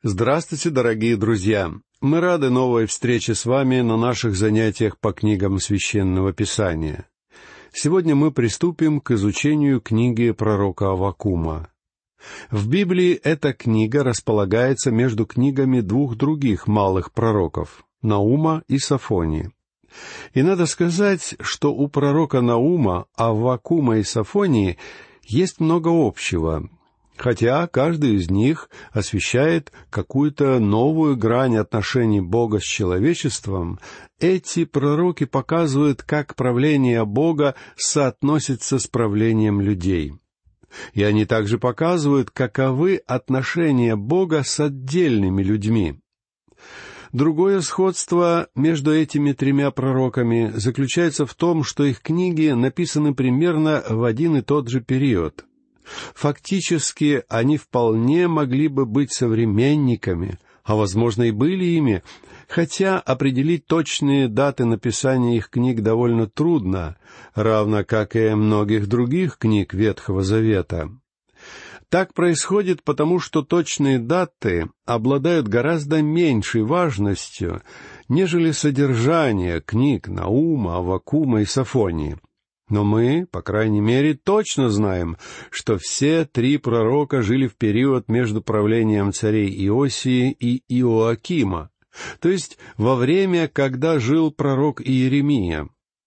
Здравствуйте, дорогие друзья! Мы рады новой встрече с вами на наших занятиях по книгам Священного Писания. Сегодня мы приступим к изучению книги пророка Аввакума. В Библии эта книга располагается между книгами двух других малых пророков — Наума и Софонии. И надо сказать, что у пророка Наума, Аввакума и Софонии есть много общего, хотя каждый из них освещает какую-то новую грань отношений Бога с человечеством. Эти пророки показывают, как правление Бога соотносится с правлением людей. И они также показывают, каковы отношения Бога с отдельными людьми. Другое сходство между этими тремя пророками заключается в том, что их книги написаны примерно в один и тот же период. Фактически, они вполне могли бы быть современниками, а, возможно, и были ими, хотя определить точные даты написания их книг довольно трудно, равно как и многих других книг Ветхого Завета. Так происходит потому, что точные даты обладают гораздо меньшей важностью, нежели содержание книг Наума, Аввакума и Софонии. Но мы, по крайней мере, точно знаем, что все три пророка жили в период между правлением царей Иосии и Иоакима, то есть во время, когда жил пророк Иеремия.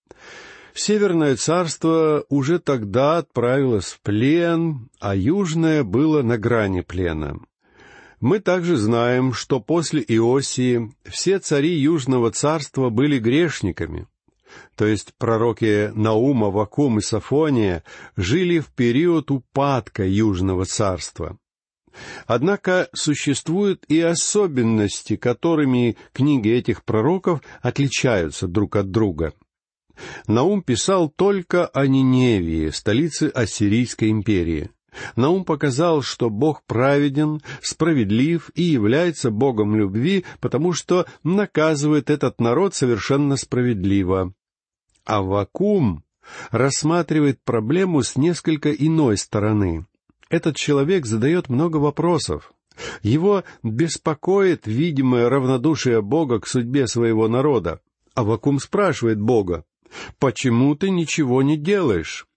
Северное царство уже тогда отправилось в плен, а южное было на грани плена. Мы также знаем, что после Иосии все цари Южного царства были грешниками. То есть пророки Наум, Аввакум и Софония жили в период упадка Южного царства. Однако существуют и особенности, которыми книги этих пророков отличаются друг от друга. Наум писал только о Ниневии, столице Ассирийской империи. Наум показал, что Бог праведен, справедлив и является Богом любви, потому что наказывает этот народ совершенно справедливо. Аввакум рассматривает проблему с несколько иной стороны. Этот человек задает много вопросов. Его беспокоит видимое равнодушие Бога к судьбе своего народа. Аввакум спрашивает Бога: «Почему ты ничего не делаешь?»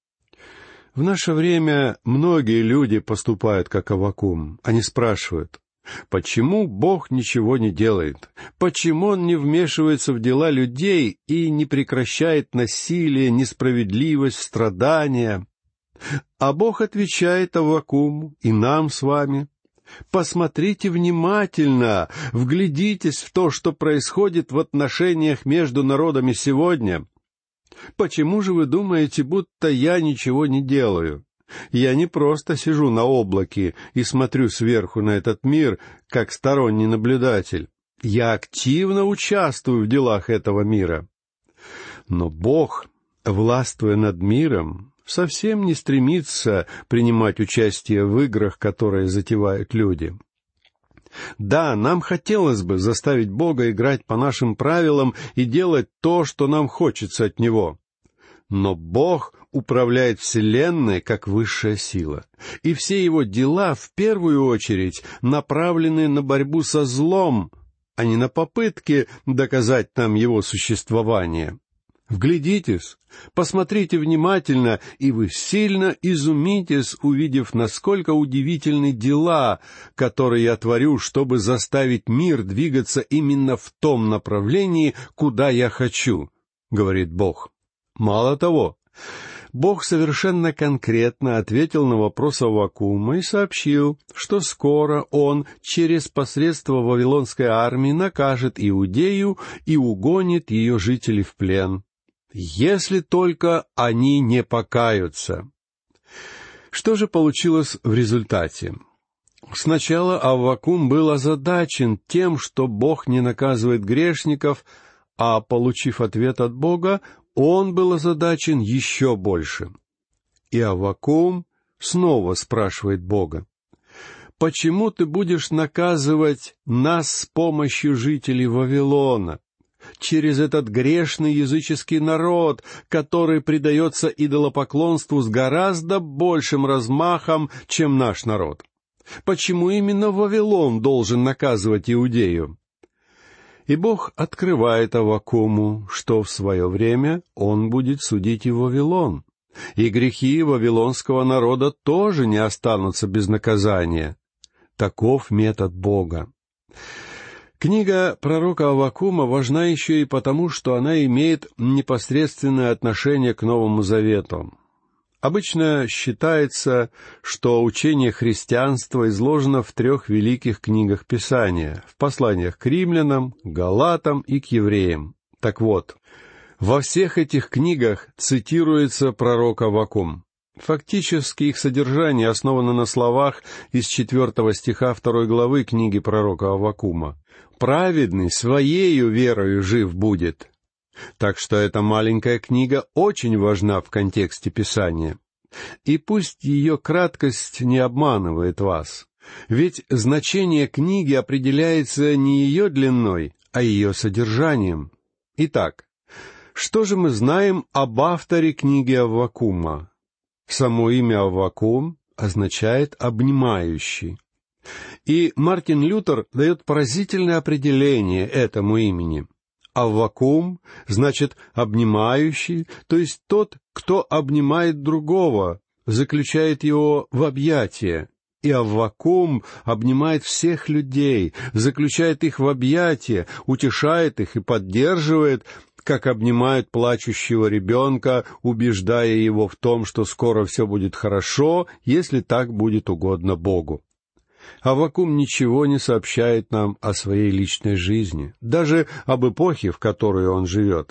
В наше время многие люди поступают как Аввакум. Они спрашивают: почему Бог ничего не делает? Почему Он не вмешивается в дела людей и не прекращает насилие, несправедливость, страдания? А Бог отвечает Аввакуму и нам с вами: посмотрите внимательно, вглядитесь в то, что происходит в отношениях между народами сегодня. Почему же вы думаете, будто я ничего не делаю? Я не просто сижу на облаке и смотрю сверху на этот мир, как сторонний наблюдатель. Я активно участвую в делах этого мира. Но Бог, властвуя над миром, совсем не стремится принимать участие в играх, которые затевают люди. Да, нам хотелось бы заставить Бога играть по нашим правилам и делать то, что нам хочется от Него. Но Бог управляет Вселенной как высшая сила, и все Его дела в первую очередь направлены на борьбу со злом, а не на попытки доказать нам Его существование. Вглядитесь, посмотрите внимательно, и вы сильно изумитесь, увидев, насколько удивительны дела, которые я творю, чтобы заставить мир двигаться именно в том направлении, куда я хочу, — говорит Бог. Мало того, Бог совершенно конкретно ответил на вопрос Аввакума и сообщил, что скоро Он через посредство вавилонской армии накажет Иудею и угонит ее жителей в плен, если только они не покаются. Что же получилось в результате? Сначала Аввакум был озадачен тем, что Бог не наказывает грешников, а, получив ответ от Бога, он был озадачен еще больше. И Аввакум снова спрашивает Бога: «Почему ты будешь наказывать нас с помощью жителей Вавилона, через этот грешный языческий народ, который предается идолопоклонству с гораздо большим размахом, чем наш народ? Почему именно Вавилон должен наказывать Иудею? И Бог открывает Аввакуму, что в свое время Он будет судить и Вавилон, и грехи вавилонского народа тоже не останутся без наказания. Таков метод Бога. Книга пророка Аввакума важна еще и потому, что она имеет непосредственное отношение к Новому Завету. Обычно считается, что учение христианства изложено в 3 великих книгах Писания, в посланиях к римлянам, к галатам и к евреям. Так вот, во всех этих книгах цитируется пророк Аввакум. Фактически их содержание основано на словах из 4 стиха 2 главы книги пророка Аввакума. «Праведный своею верою жив будет». Так что эта маленькая книга очень важна в контексте Писания. И пусть ее краткость не обманывает вас, ведь значение книги определяется не ее длиной, а ее содержанием. Итак, что же мы знаем об авторе книги Аввакума? Само имя Аввакум означает «обнимающий». И Мартин Лютер дает поразительное определение этому имени. Аввакум значит «обнимающий», то есть тот, кто обнимает другого, заключает его в объятия. И Аввакум обнимает всех людей, заключает их в объятия, утешает их и поддерживает, как обнимают плачущего ребенка, убеждая его в том, что скоро все будет хорошо, если так будет угодно Богу. Аввакум ничего не сообщает нам о своей личной жизни, даже об эпохе, в которой он живет.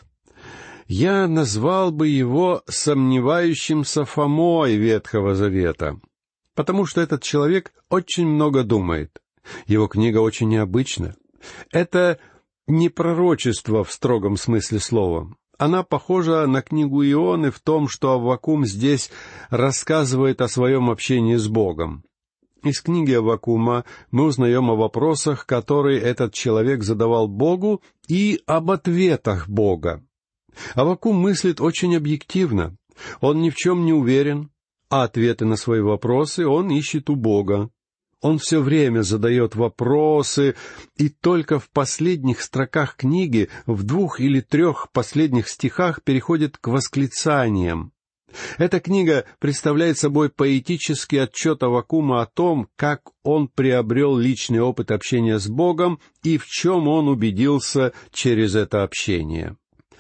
Я назвал бы его сомневающимся Фомой Ветхого Завета, потому что этот человек очень много думает. Его книга очень необычна. Это не пророчество в строгом смысле слова. Она похожа на книгу Ионы в том, что Аввакум здесь рассказывает о своем общении с Богом. Из книги Аввакума мы узнаем о вопросах, которые этот человек задавал Богу, и об ответах Бога. Аввакум мыслит очень объективно. Он ни в чем не уверен, а ответы на свои вопросы он ищет у Бога. Он все время задает вопросы, и только в последних строках книги, в 2 или 3 последних стихах переходит к восклицаниям. Эта книга представляет собой поэтический отчет Аввакума о том, как он приобрел личный опыт общения с Богом и в чем он убедился через это общение.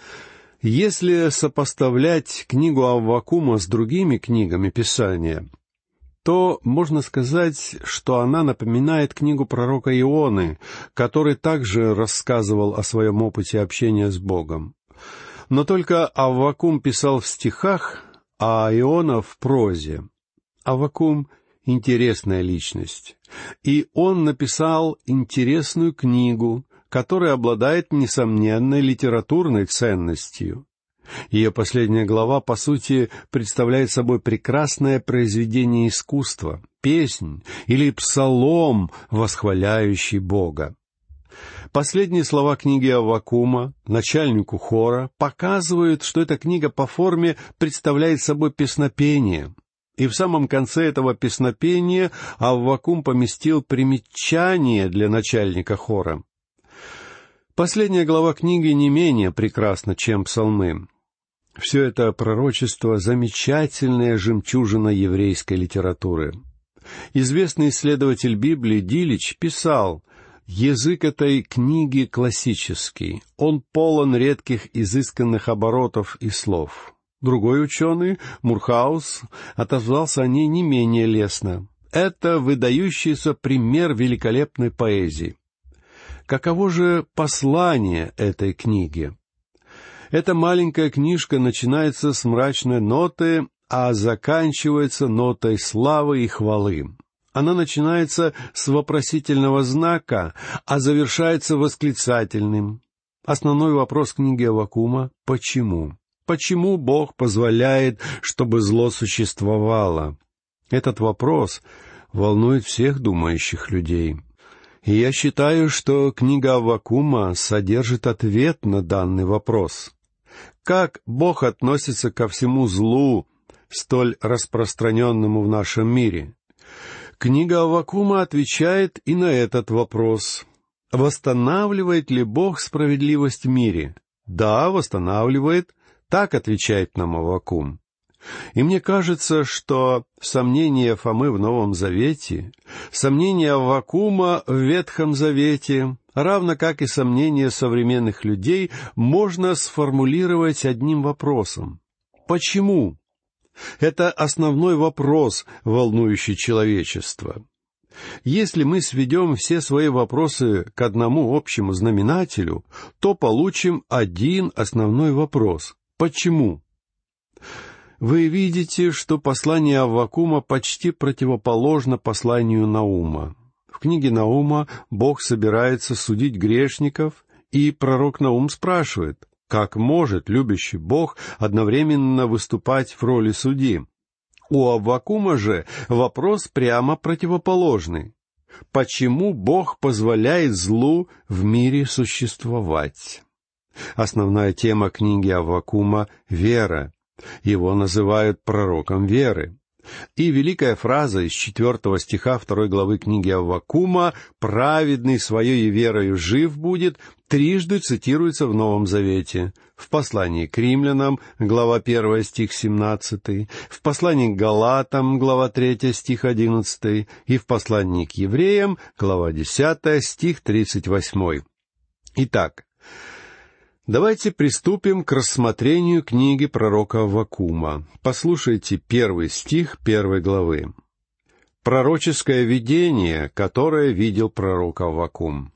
Если сопоставлять книгу Аввакума с другими книгами Писания, то можно сказать, что она напоминает книгу пророка Ионы, который также рассказывал о своем опыте общения с Богом. Но только Аввакум писал в стихах, а Иона в прозе. Аввакум — интересная личность, и он написал интересную книгу, которая обладает несомненной литературной ценностью. Ее последняя глава, по сути, представляет собой прекрасное произведение искусства, песнь или псалом, восхваляющий Бога. Последние слова книги Аввакума, начальнику хора, показывают, что эта книга по форме представляет собой песнопение. И в самом конце этого песнопения Аввакум поместил примечание для начальника хора. Последняя глава книги не менее прекрасна, чем псалмы. Все это пророчество — замечательная жемчужина еврейской литературы. Известный исследователь Библии Дилич писал: «Язык этой книги классический, он полон редких изысканных оборотов и слов». Другой ученый, Мурхаус, отозвался о ней не менее лестно. Это выдающийся пример великолепной поэзии. Каково же послание этой книги? Эта маленькая книжка начинается с мрачной ноты, а заканчивается нотой славы и хвалы. Она начинается с вопросительного знака, а завершается восклицательным. Основной вопрос книги Аввакума — почему? Почему Бог позволяет, чтобы зло существовало? Этот вопрос волнует всех думающих людей. И я считаю, что книга Аввакума содержит ответ на данный вопрос. Как Бог относится ко всему злу, столь распространенному в нашем мире? Книга Аввакума отвечает и на этот вопрос. Восстанавливает ли Бог справедливость в мире? Да, восстанавливает. Так отвечает нам Аввакум. И мне кажется, что сомнения Фомы в Новом Завете, сомнения Аввакума в Ветхом Завете, равно как и сомнения современных людей, можно сформулировать одним вопросом. Почему? Это основной вопрос, волнующий человечество. Если мы сведем все свои вопросы к одному общему знаменателю, то получим один основной вопрос. Почему? Вы видите, что послание Аввакума почти противоположно посланию Наума. В книге Наума Бог собирается судить грешников, и пророк Наум спрашивает, как может любящий Бог одновременно выступать в роли судьи? У Аввакума же вопрос прямо противоположный. Почему Бог позволяет злу в мире существовать? Основная тема книги Аввакума — вера. Его называют пророком веры. И великая фраза из 4 стиха 2 главы книги Аввакума «Праведный своей верою жив будет» трижды цитируется в Новом Завете. В послании к римлянам, глава 1, стих 17, в послании к галатам, глава 3, стих 11, и в послании к евреям, глава 10, стих 38. Итак, давайте приступим к рассмотрению книги пророка Аввакума. Послушайте 1 стих 1 главы. Пророческое видение, которое видел пророк Аввакум.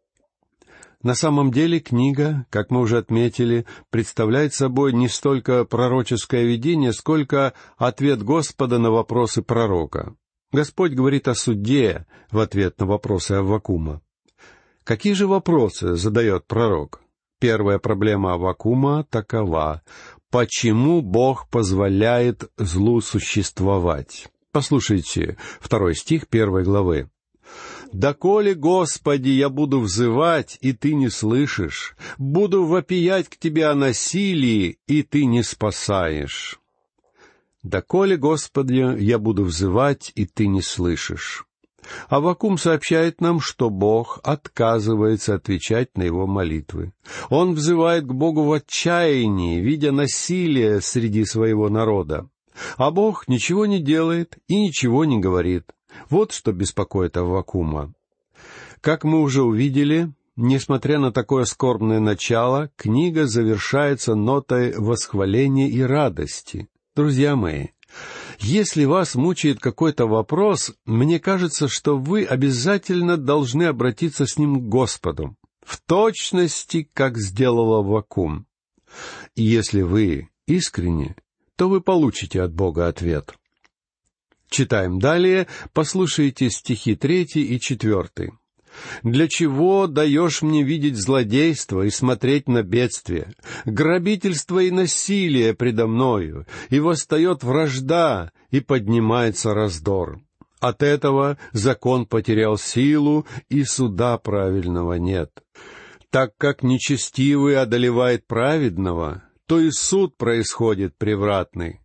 На самом деле книга, как мы уже отметили, представляет собой не столько пророческое видение, сколько ответ Господа на вопросы пророка. Господь говорит о суде в ответ на вопросы Аввакума. Какие же вопросы задает пророк? Первая проблема Аввакума такова: почему Бог позволяет злу существовать? Послушайте 2 стих 1 главы. «Доколе, Господи, я буду взывать, и Ты не слышишь, буду вопиять к Тебе о насилии, и Ты не спасаешь». «Доколе, Господи, я буду взывать, и Ты не слышишь». Аввакум сообщает нам, что Бог отказывается отвечать на его молитвы. Он взывает к Богу в отчаянии, видя насилие среди своего народа. А Бог ничего не делает и ничего не говорит. Вот что беспокоит Аввакума. Как мы уже увидели, несмотря на такое скорбное начало, книга завершается нотой восхваления и радости. Друзья мои, если вас мучает какой-то вопрос, мне кажется, что вы обязательно должны обратиться с ним к Господу, в точности, как сделал Аввакум. И если вы искренне, то вы получите от Бога ответ. Читаем далее, послушайте стихи 3 и 4. «Для чего даешь мне видеть злодейство и смотреть на бедствие, грабительство и насилие предо мною, и восстает вражда, и поднимается раздор? От этого закон потерял силу, и суда правильного нет. Так как нечестивый одолевает праведного, то и суд происходит превратный».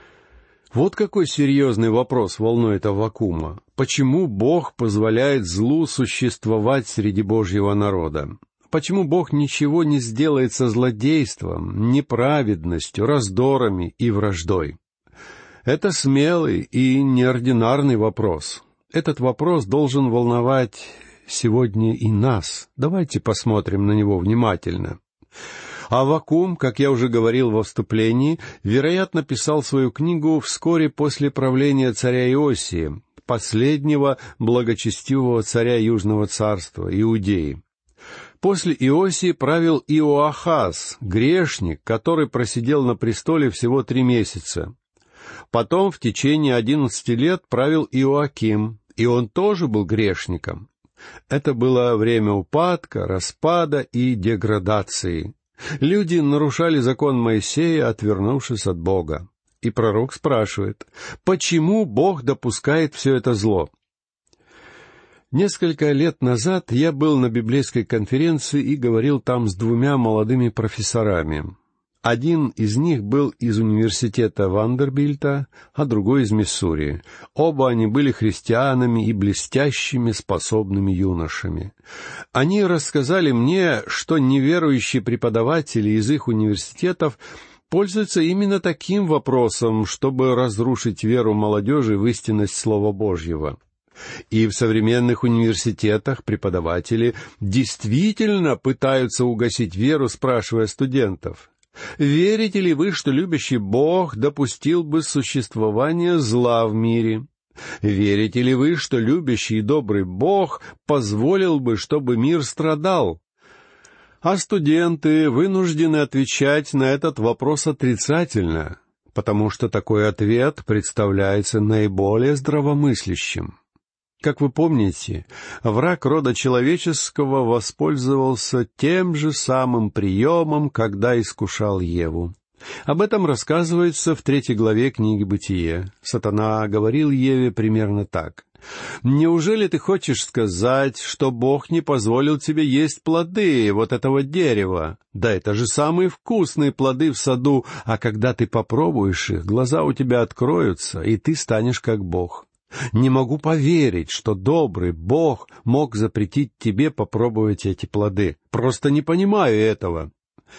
Вот какой серьезный вопрос волнует Аввакума. Почему Бог позволяет злу существовать среди Божьего народа? Почему Бог ничего не сделает со злодейством, неправедностью, раздорами и враждой? Это смелый и неординарный вопрос. Этот вопрос должен волновать сегодня и нас. Давайте посмотрим на него внимательно. Аввакум, как я уже говорил во вступлении, вероятно, писал свою книгу вскоре после правления царя Иосии, последнего благочестивого царя Южного царства, Иудеи. После Иосии правил Иоахаз, грешник, который просидел на престоле всего 3 месяца. Потом в течение 11 лет правил Иоаким, и он тоже был грешником. Это было время упадка, распада и деградации. Люди нарушали закон Моисея, отвернувшись от Бога. И пророк спрашивает, почему Бог допускает все это зло? Несколько лет назад я был на библейской конференции и говорил там с 2 молодыми профессорами. Один из них был из университета Вандербильта, а другой из Миссури. Оба они были христианами и блестящими, способными юношами. Они рассказали мне, что неверующие преподаватели из их университетов пользуются именно таким вопросом, чтобы разрушить веру молодежи в истинность Слова Божьего. И в современных университетах преподаватели действительно пытаются угасить веру, спрашивая студентов: «Верите ли вы, что любящий Бог допустил бы существование зла в мире? Верите ли вы, что любящий и добрый Бог позволил бы, чтобы мир страдал?» А студенты вынуждены отвечать на этот вопрос отрицательно, потому что такой ответ представляется наиболее здравомыслящим. Как вы помните, враг рода человеческого воспользовался тем же самым приемом, когда искушал Еву. Об этом рассказывается в 3 главе книги «Бытие». Сатана говорил Еве примерно так: «Неужели ты хочешь сказать, что Бог не позволил тебе есть плоды вот этого дерева? Да это же самые вкусные плоды в саду, а когда ты попробуешь их, глаза у тебя откроются, и ты станешь как Бог. Не могу поверить, что добрый Бог мог запретить тебе попробовать эти плоды. Просто не понимаю этого».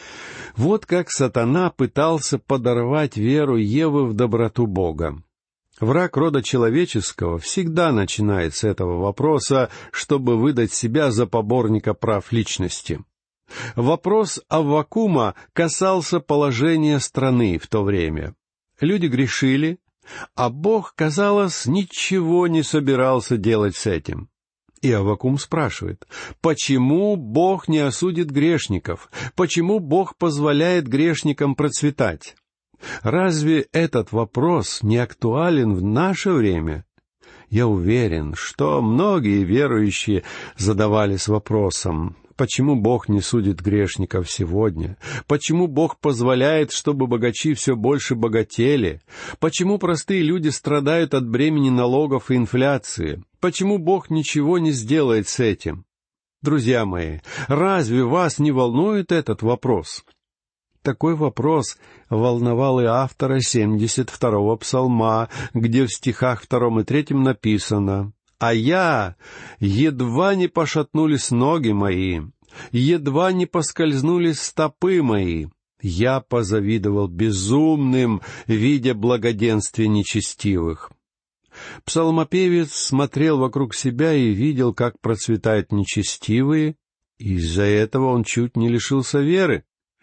Вот как сатана пытался подорвать веру Евы в доброту Бога. Враг рода человеческого всегда начинает с этого вопроса, чтобы выдать себя за поборника прав личности. Вопрос Аввакума касался положения страны в то время. Люди грешили, а Бог, казалось, ничего не собирался делать с этим. И Аввакум спрашивает: почему Бог не осудит грешников? Почему Бог позволяет грешникам процветать? Разве этот вопрос не актуален в наше время? Я уверен, что многие верующие задавались вопросом: почему Бог не судит грешников сегодня? Почему Бог позволяет, чтобы богачи все больше богатели? Почему простые люди страдают от бремени налогов и инфляции? Почему Бог ничего не сделает с этим? Друзья мои, разве вас не волнует этот вопрос? Такой вопрос волновал и автора 72-го псалма, где в стихах 2 и 3 написано: «А я, едва не пошатнулись ноги мои, едва не поскользнулись стопы мои. Я позавидовал безумным, видя благоденствие нечестивых». Псалмопевец смотрел вокруг себя и видел, как процветают нечестивые, и из-за этого он чуть не лишился веры.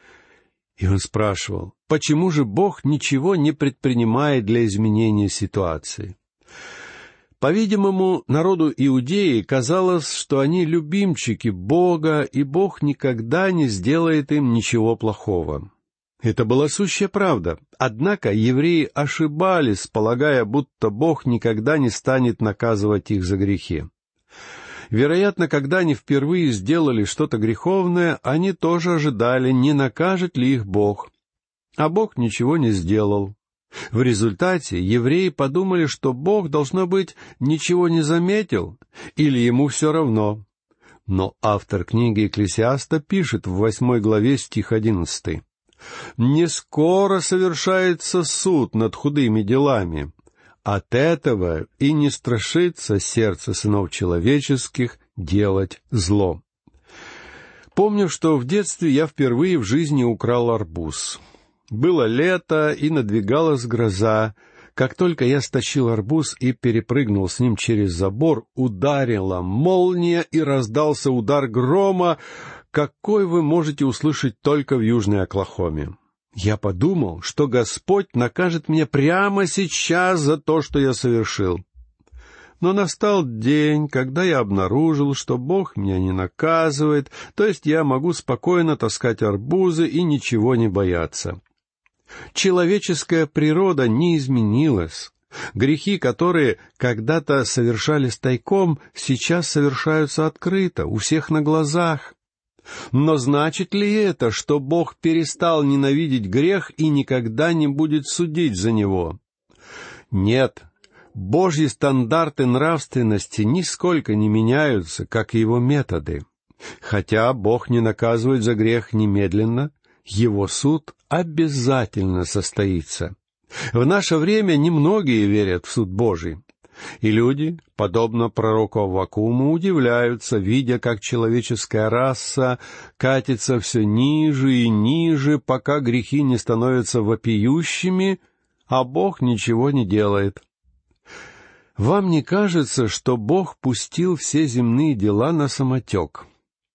И он спрашивал: почему же Бог ничего не предпринимает для изменения ситуации? По-видимому, народу Иудеи казалось, что они любимчики Бога, и Бог никогда не сделает им ничего плохого. Это была сущая правда. Однако евреи ошибались, полагая, будто Бог никогда не станет наказывать их за грехи. Вероятно, когда они впервые сделали что-то греховное, они тоже ожидали, не накажет ли их Бог. А Бог ничего не сделал. В результате евреи подумали, что Бог, должно быть, ничего не заметил, или ему все равно. Но автор книги Экклесиаста пишет в 8 главе стих 11: «Не скоро совершается суд над худыми делами. От этого и не страшится сердце сынов человеческих делать зло». Помню, что в детстве я впервые в жизни украл арбуз. Было лето, и надвигалась гроза. Как только я стащил арбуз и перепрыгнул с ним через забор, ударила молния и раздался удар грома, какой вы можете услышать только в Южной Оклахоме. Я подумал, что Господь накажет меня прямо сейчас за то, что я совершил. Но настал день, когда я обнаружил, что Бог меня не наказывает, то есть я могу спокойно таскать арбузы и ничего не бояться. Человеческая природа не изменилась. Грехи, которые когда-то совершались тайком, сейчас совершаются открыто, у всех на глазах. Но значит ли это, что Бог перестал ненавидеть грех и никогда не будет судить за него? Нет, Божьи стандарты нравственности нисколько не меняются, как и его методы. Хотя Бог не наказывает за грех немедленно, Его суд обязательно состоится. В наше время немногие верят в суд Божий. И люди, подобно пророку Аввакуму, удивляются, видя, как человеческая раса катится все ниже и ниже, пока грехи не становятся вопиющими, а Бог ничего не делает. Вам не кажется, что Бог пустил все земные дела на самотек?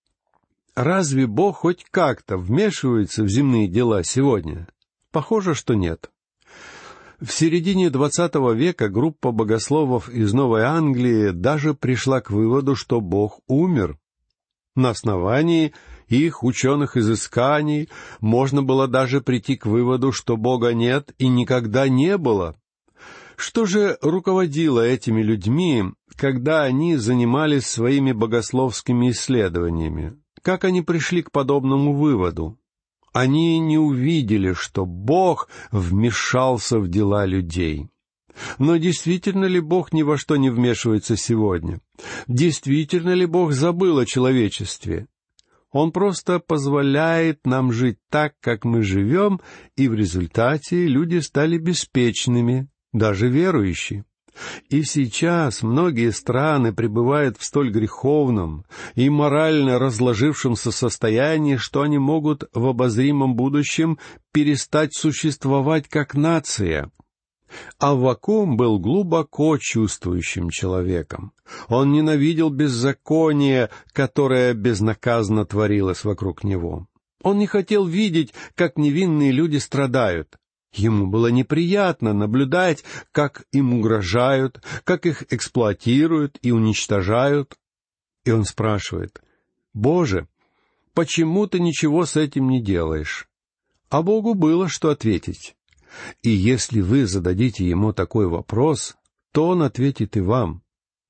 Разве Бог хоть как-то вмешивается в земные дела сегодня? Похоже, что нет. В середине XX века группа богословов из Новой Англии даже пришла к выводу, что Бог умер. На основании их ученых изысканий можно было даже прийти к выводу, что Бога нет и никогда не было. Что же руководило этими людьми, когда они занимались своими богословскими исследованиями? Как они пришли к подобному выводу? Они не увидели, что Бог вмешался в дела людей. Но действительно ли Бог ни во что не вмешивается сегодня? Действительно ли Бог забыл о человечестве? Он просто позволяет нам жить так, как мы живем, и в результате люди стали беспечными, даже верующие. И сейчас многие страны пребывают в столь греховном и морально разложившемся состоянии, что они могут в обозримом будущем перестать существовать как нация. Аввакум был глубоко чувствующим человеком. Он ненавидел беззаконие, которое безнаказанно творилось вокруг него. Он не хотел видеть, как невинные люди страдают. Ему было неприятно наблюдать, как им угрожают, как их эксплуатируют и уничтожают. И он спрашивает: «Боже, почему ты ничего с этим не делаешь?» А Богу было что ответить. И если вы зададите ему такой вопрос, то он ответит и вам.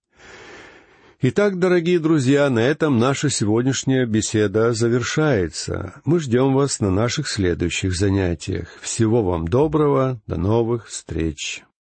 Итак, дорогие друзья, на этом наша сегодняшняя беседа завершается. Мы ждем вас на наших следующих занятиях. Всего вам доброго, до новых встреч!